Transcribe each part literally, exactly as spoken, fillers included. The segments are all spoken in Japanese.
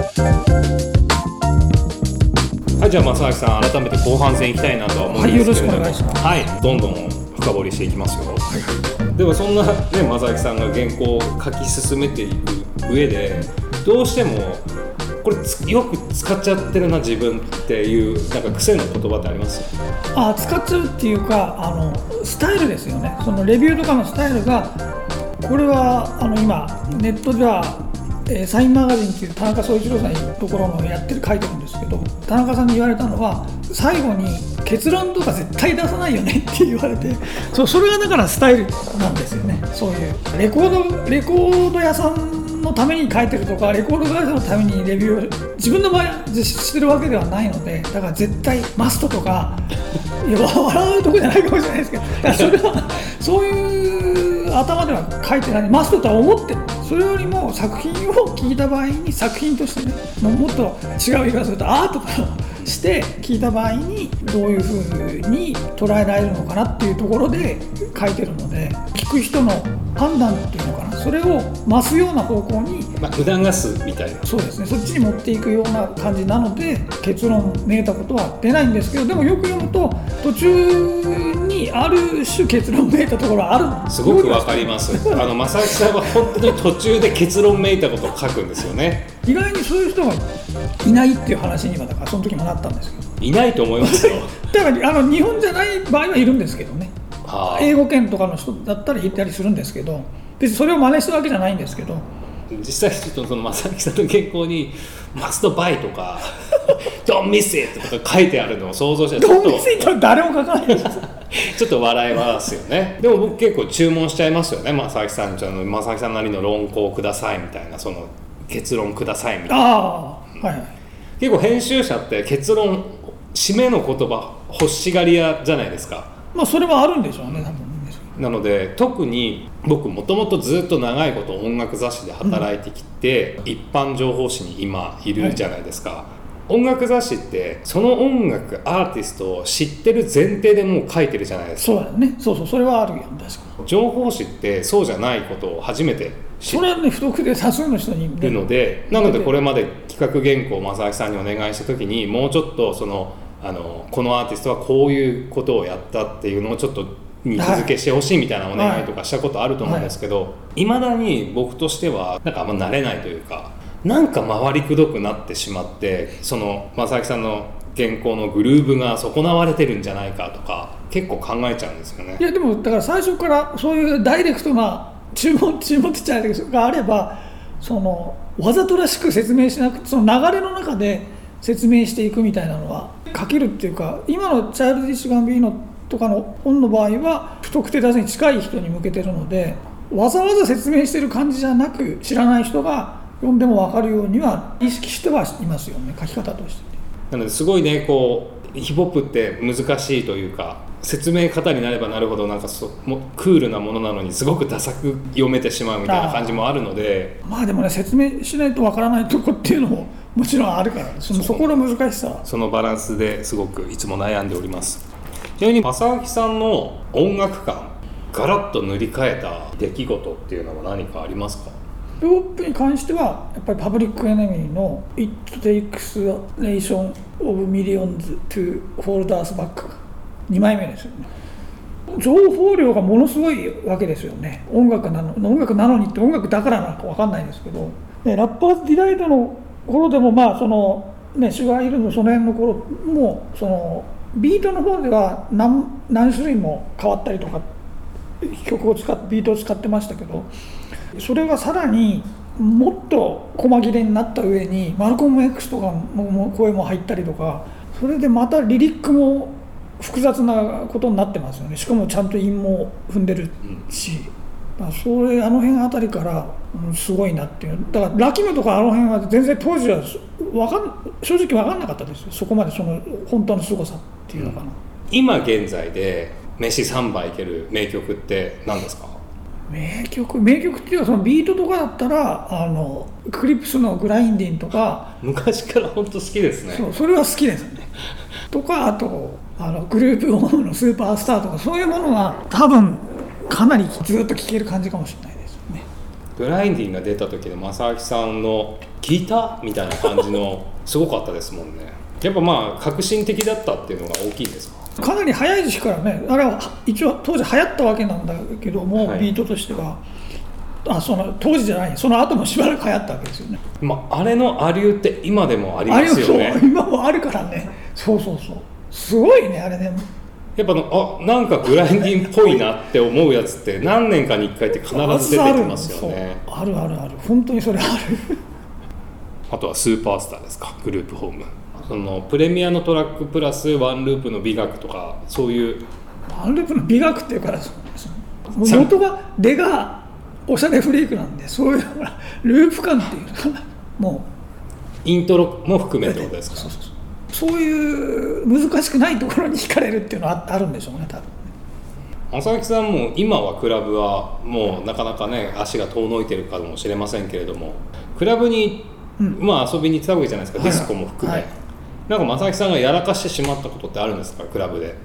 はい、じゃあ正明さん、改めて後半戦いきたいなとは思うんですけれども、 はい、よろしくお願いします。 はい、どんどん深掘りしていきますよ。はい、でもそんな、ね、正明さんが原稿を書き進めていく上で、どうしてもこれよく使っちゃってるな自分っていうなんか癖の言葉ってあります？ あ、使っちゃうっていうか、あのスタイルですよね。そのレビューとかのスタイルが、これはあの今ネットでは、えー、サインマガジンっていう田中総一郎さんのところのやってる書いてるんですけど、田中さんに言われたのは、最後に結論とか絶対出さないよねって言われて、そう、それがだからスタイルなんですよね。そういうレコードレコード屋さんのために書いてるとか、レコード会社のためにレビューを自分の場合はしてるわけではないので、だから絶対マストとか、いや笑うとこじゃないかもしれないですけど、だからそれはそういう頭では書いてない、マストとは思ってる。それよりも作品を聞いた場合に、作品としてね、もっと違う言い方するとアートとして聞いた場合にどういう風に捉えられるのかなっていうところで書いてるので、聞く人の判断っていうのかな、それを増すような方向に、 まあ、促すみたいな。 そうですね、そっちに持っていくような感じなので、結論めいたことは出ないんですけど、でもよく読むと途中にある種結論めいたところはあるんです。 すごくわかりますあの正明さんは本当に途中で結論めいたことを書くんですよね。 意外にそういう人がいないっていう話には、だからその時もなったんですけど、 いないと思いますよだからあの日本じゃない場合はいるんですけどね、英語圏とかの人だったらいたりするんですけど、別にそれを真似したわけじゃないんですけど、 実際ちょっとその正明さんの原稿にマストバイとかDon't miss it とか書いてあるのを想像して、ちょっと Don't miss it は誰も書かないですちょっと笑いますよね。でも僕結構注文しちゃいますよね。正明さんちゃんの正明さんなりの論考くださいみたいな、その結論くださいみたいな。 ああ、はいはい。 結構編集者って結論、締めの言葉欲しがり屋じゃないですか。 まあそれはあるんでしょうね、多分。 なので特に僕もともとずっと長いこと音楽雑誌で働いてきて、うん、一般情報誌に今いるじゃないですか、はい、音楽雑誌ってその音楽アーティストを知ってる前提でもう書いてるじゃないですか。 そうだね、そうそう、それはあるよ、確かに。 情報誌ってそうじゃないことを初めて知ってる。 それはね、不特定多数の人にいるので、なのでこれまで企画原稿を正明さんにお願いした時に、もうちょっとそのあのこのアーティストはこういうことをやったっていうのをちょっとに続けしてほしいみたいなお願いとかしたことあると思うんですけど、いまだに僕としてはなんかあんま慣れないというか、なんか回りくどくなってしまって、その正明さんの原稿のグルーヴが損なわれてるんじゃないかとか結構考えちゃうんですよね。 いやでもだから最初からそういうダイレクトな注文注文って言っちゃうけどがあれば、そのわざとらしく説明しなくて、その流れの中で説明していくみたいなのは書けるっていうか、今のチャイルディッシュ・ガンビーノとかの本の場合は不特定多数に近い人に向けてるので、わざわざ説明してる感じじゃなく、知らない人が読んでも分かるようには意識してはいますよね、書き方として。 なのですごいね、こうヒップホップって難しいというか、説明方になればなるほどなんかそもクールなものなのにすごくダサく読めてしまうみたいな感じもあるので、 まあでもね、説明しないとわからないとこっていうのももちろんあるから、そのそこの難しさ、 そのバランスですごくいつも悩んでおります。ちなみに正明さんの音楽観ガラッと塗り替えた出来事っていうのは何かありますか？ ヒップホップに関してはやっぱりパブリックエネミーの It takes a nation of millions to hold us back にまいめですよね。情報量がものすごいわけですよね。音楽なの音楽なのにって音楽だからなのか分かんないですけど、ね、ラッパーズディライトの頃でもまあその、ね、シュガーヒルのその辺の頃もそのビートの方では 何, 何種類も変わったりとか曲を使ってビートを使ってましたけど、それがさらにもっと細切れになった上にマルコム X とかの声も入ったりとか、それでまたリリックも複雑なことになってますよね。しかもちゃんと韻も踏んでるし、うん、それあの辺あたりから、うん、すごいなっていう。だからラキムとかあの辺は全然当時はわかん正直分かんなかったですよ、そこまでその本当の凄さっていうのかな、うん、 今現在で飯さんばいいける名曲って何ですか？ 名曲名曲っていうか、そのビートとかだったらあのクリプスのグラインディンとか昔から本当好きですね。 そう、それは好きですねとか、あとあのグループオンのスーパースターとか、そういうものは多分かなりずっと聴ける感じかもしれないですね。 グラインディンが出た時の正明さんの聞いたみたいな感じのすごかったですもんね。やっぱまあ革新的だったっていうのが大きいんですか？ かなり早い時期からね、あれは一応当時流行ったわけなんだけども、 はい、 ビートとしてはあその当時じゃない、その後もしばらく流行ったわけですよね。 まあ、あれのアリューって今でもありますよね。 あれそう今もあるからね。そうそうそう、すごいねあれね。 やっぱあなんかグラインディングっぽいなって思うやつって何年かにいっかいって必ず出てきますよね。 あるあるある、本当にそれあるあとはスーパースターですか、グループホーム。そのプレミアのトラックプラスワンループの美学とか、そういうワンループの美学っていうからそうです、元が出がおしゃれフリークなんで、そういうほらループ感っていうのかな、もうイントロも含めってことですか？ そうそうそう、そういう難しくないところに惹かれるっていうのはあるんでしょうね、多分。 正明さんも今はクラブはもうなかなかね足が遠のいてるかもしれませんけれども、クラブに、うん、まあ遊びに行ってたわけじゃないですか、はい、ディスコも含め、はい、なんか正明さんがやらかしてしまったことってあるんですか、クラブで。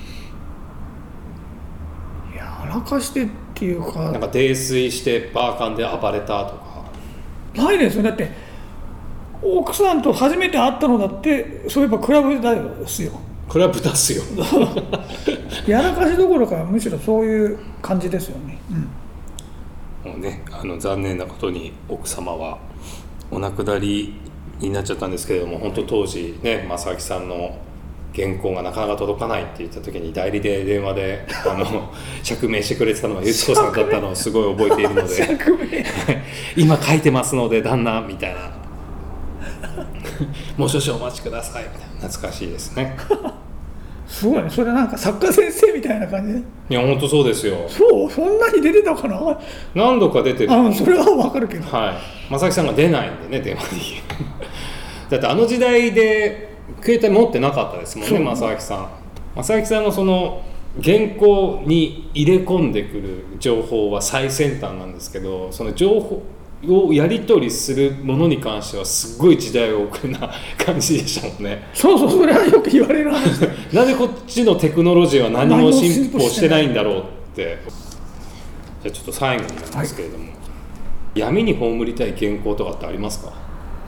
やらかしてっていうか、 なんか泥酔してバーカンで暴れたとか。 ないですよ。だって奥さんと初めて会ったのだってそういえばクラブですよ。 クラブ出すよやらかしどころかむしろそういう感じですよね、 うん、もうね、あの残念なことに奥様はお亡くなりになっちゃったんですけれども、本当当時ね正明さんの原稿がなかなか届かないって言った時に代理で電話であの釈明してくれてたのがゆつこさんだったのをすごい覚えているので今書いてますので旦那みたいなもう少々お待ちくださいみたいな、懐かしいですねすごいね、それなんか作家先生みたいな感じで。 いや本当そうですよ。 そう、そんなに出てたかな。 何度か出てる。 あ、それは分かるけど、 はい、正明さんが出ないんでね電話にだってあの時代で携帯持ってなかったですもんね、正明さん。正明さんのその原稿に入れ込んでくる情報は最先端なんですけど、その情報をやり取りするものに関してはすごい時代遅れな感じでしたもんね。 そうそう、それはよく言われる話でなんでこっちのテクノロジーは何も進歩してないんだろうって。じゃあちょっと最後になんですけれども、はい、闇に葬りたい原稿とかってありますか？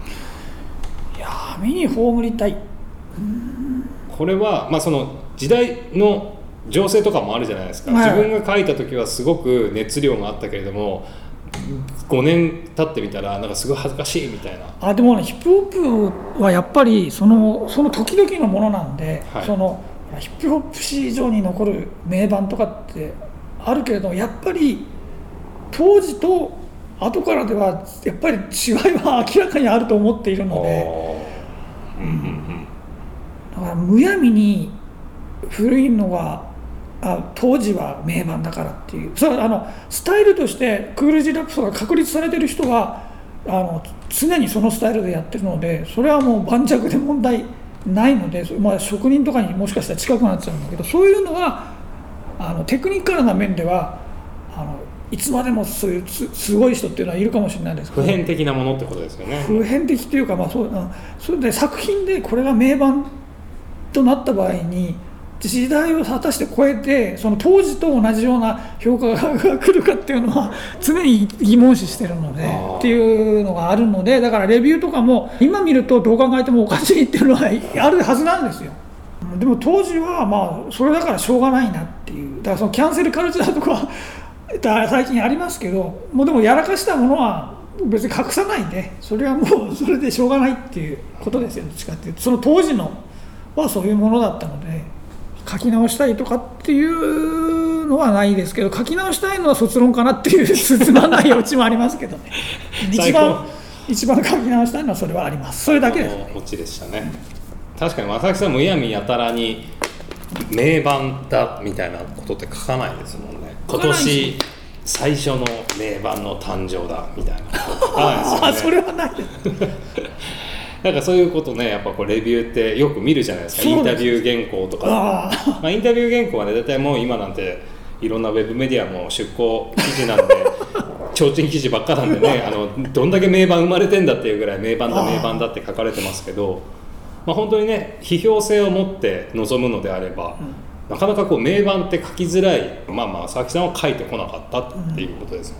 闇に葬りたい、 これは、まあ、その時代の情勢とかもあるじゃないですか、はい、自分が書いた時はすごく熱量があったけれどもごねん経ってみたらなんかすごい恥ずかしいみたいな。 あでもね、ヒップホップはやっぱりその、その時々のものなんで、はい、そのヒップホップ史上に残る名盤とかってあるけれども、やっぱり当時と後からではやっぱり違いは明らかにあると思っているので、うんうんうん、だからむやみに古いのがあ当時は名盤だからっていう、それはあのスタイルとしてクールジーラップとか確立されてる人はあの常にそのスタイルでやってるので、それはもう盤石で問題ないので、まあ、職人とかにもしかしたら近くなっちゃうんだけど、そういうのはあのテクニカルな面ではあのいつまでもそういう す, すごい人っていうのはいるかもしれないですけど、 普遍的なものってことですよね。 普遍的っていうか、まあ、そうそれで作品でこれが名盤となった場合に時代を果たして超えてその当時と同じような評価が来るかっていうのは常に疑問視してるのでっていうのがあるので、だからレビューとかも今見るとどう考えてもおかしいっていうのはあるはずなんですよ。でも当時はまあそれだからしょうがないなっていう、だからそのキャンセルカルチャーとか最近ありますけど、もうでもやらかしたものは別に隠さないで、それはもうそれでしょうがないっていうことですよ。どっちかっていうとその当時のはそういうものだったので、書き直したいとかっていうのはないですけど、書き直したいのは卒論かなっていうつまんないオチもありますけどね一番一番書き直したいのはそれはあります。それだけです、ね、 オチでしたね。確かに正木さんもむやみやたらに名盤だみたいなことって書かないですもんね。今年最初の名盤の誕生だみたいなこと書かないですよねあそれはないですなんかそういうことね、やっぱこうレビューってよく見るじゃないですか。インタビュー原稿とか、あ、まあ、インタビュー原稿はね、大体もう今なんていろんなウェブメディアも出稿記事なんで提灯記事ばっかなんでね、あのどんだけ名盤生まれてんだっていうぐらい名盤だ名盤だって書かれてますけど、まあ、本当にね批評性を持って臨むのであれば、うん、なかなかこう名盤って書きづらい、まあまあ佐々木さんは書いてこなかったっていうことですもんね、うん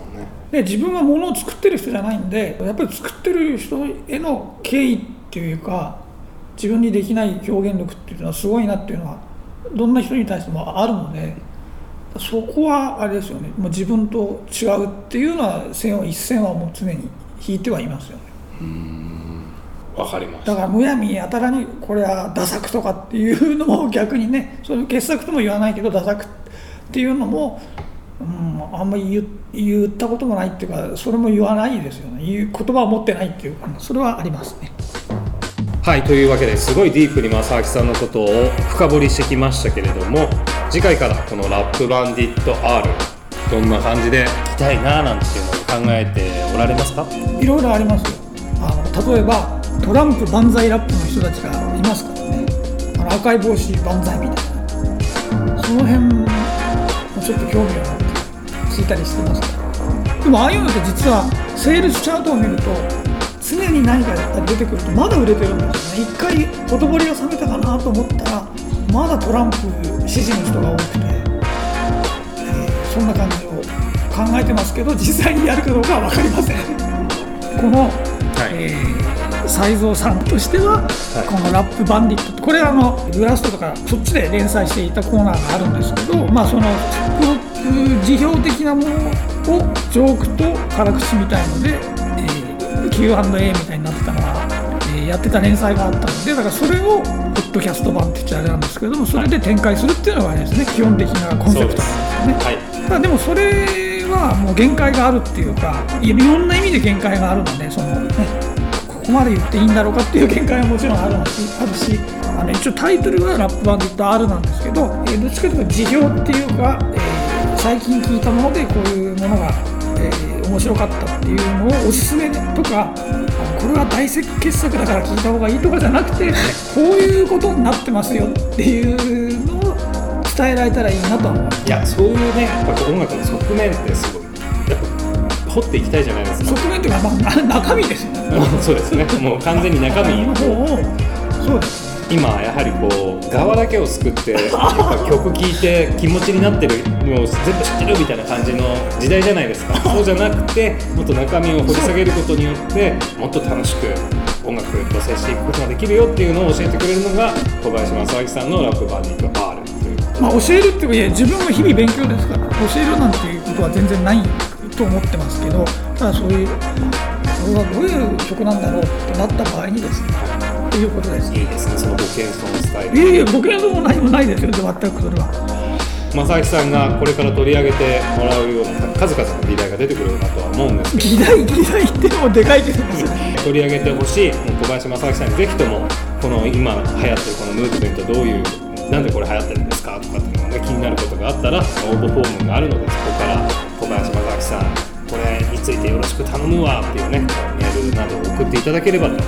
で自分はものを作ってる人じゃないんで、やっぱり作ってる人への敬意っていうか、自分にできない表現力っていうのはすごいなっていうのはどんな人に対してもあるので、そこはあれですよね、もう自分と違うっていうのは線を一線はもう常に引いてはいますよね。 うーん、わかります。 だからむやみやたらにこれはダ作とかっていうのも逆にね、それ傑作とも言わないけどダ作っていうのも、うん、あんまり 言, 言ったこともないっていうか、それも言わないですよね。言う言葉を持ってないっていうか、それはありますね。 はい、というわけですごいディープに正明さんのことを深掘りしてきましたけれども、次回からこのラップバンディット R どんな感じでいきたいななんていうのを考えておられますか？ いろいろありますよ。あの例えばトランプ万歳ラップの人たちがいますからね。あの赤い帽子万歳みたいな、その辺もちょっと興味を持って聞いたりしてますから。でもああいうのって実はセールスチャートを見ると常に何か出てくるとまだ売れてるんですよね。一回ほとぼりが冷めたかなと思ったらまだトランプ支持の人が多くて、えー、そんな感じを考えてますけど、実際にやるかどうかは分かりません。この、はいえー、才蔵さんとしては、はい、このラップバンディット、これはあのブラストとかそっちで連載していたコーナーがあるんですけど、まあその辞表的なものをジョークと辛口みたいので、えー、キューアンドエー みたいになってたのは、えー、やってた連載があったので、だからそれをポッドキャスト版って言っちゃあれなんですけれども、それで展開するっていうのがあれですね、基本的なコンセプトなんですよね。はい、ただでもそれはもう限界があるっていうか、いろんな意味で限界があるので、そのね、ここまで言っていいんだろうかっていう限界はもちろんあるし、あるし、あの一応タイトルはラップバンディット R なんですけど、えー、どっちかというと辞表っていうか、えー、最近聞いたものでこういうものが、えー、面白かったっていうのをおすすめとか、あのこれは大傑作だから聞いた方がいいとかじゃなくて、こういうことになってますよっていうのを伝えられたらいいなと思います。 いや、そういうね、やっぱ音楽の側面ってすごいやっぱ掘っていきたいじゃないですか。 側面というか、まあ、中身ですよね。 そうですね、もう完全に中身の方を、そうですね。 今やはりこう側だけを救ってやっぱ曲聴いて気持ちになってる、もう全部知ってるみたいな感じの時代じゃないですか。そうじゃなくて、もっと中身を掘り下げることによってもっと楽しく音楽と接していくことができるよっていうのを教えてくれるのが小林正明さんのラップバンディット R という、 まあ、教えるっていうか、いや自分も日々勉強ですから、教えるなんていうことは全然ないと思ってますけど、ただそういうこれはどういう曲なんだろうってなった場合にですね、ということです。 いいですね、そのご謙遜スタイル。 いやいや、ご謙遜も何もないですよ、全くそれは。 正明さんがこれから取り上げてもらうような数々の議題が出てくるかとは思うんですけど、 議題議題ってもでかいけど取り上げてほしい、もう小林正明さんにぜひともこの今流行ってるこのムーブメント、どういう、なんでこれ流行ってるんですかとかっていうのが、ね、気になることがあったら応募フォームがあるので、そこから小林正明さんこれについてよろしく頼むわっていうね、メールなどを送っていただければと。はい、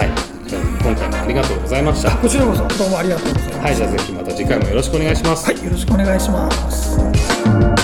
今回もありがとうございました。 こちらこそどうもありがとうございます。 はい、じゃあぜひまた次回もよろしくお願いします。 はい、よろしくお願いします。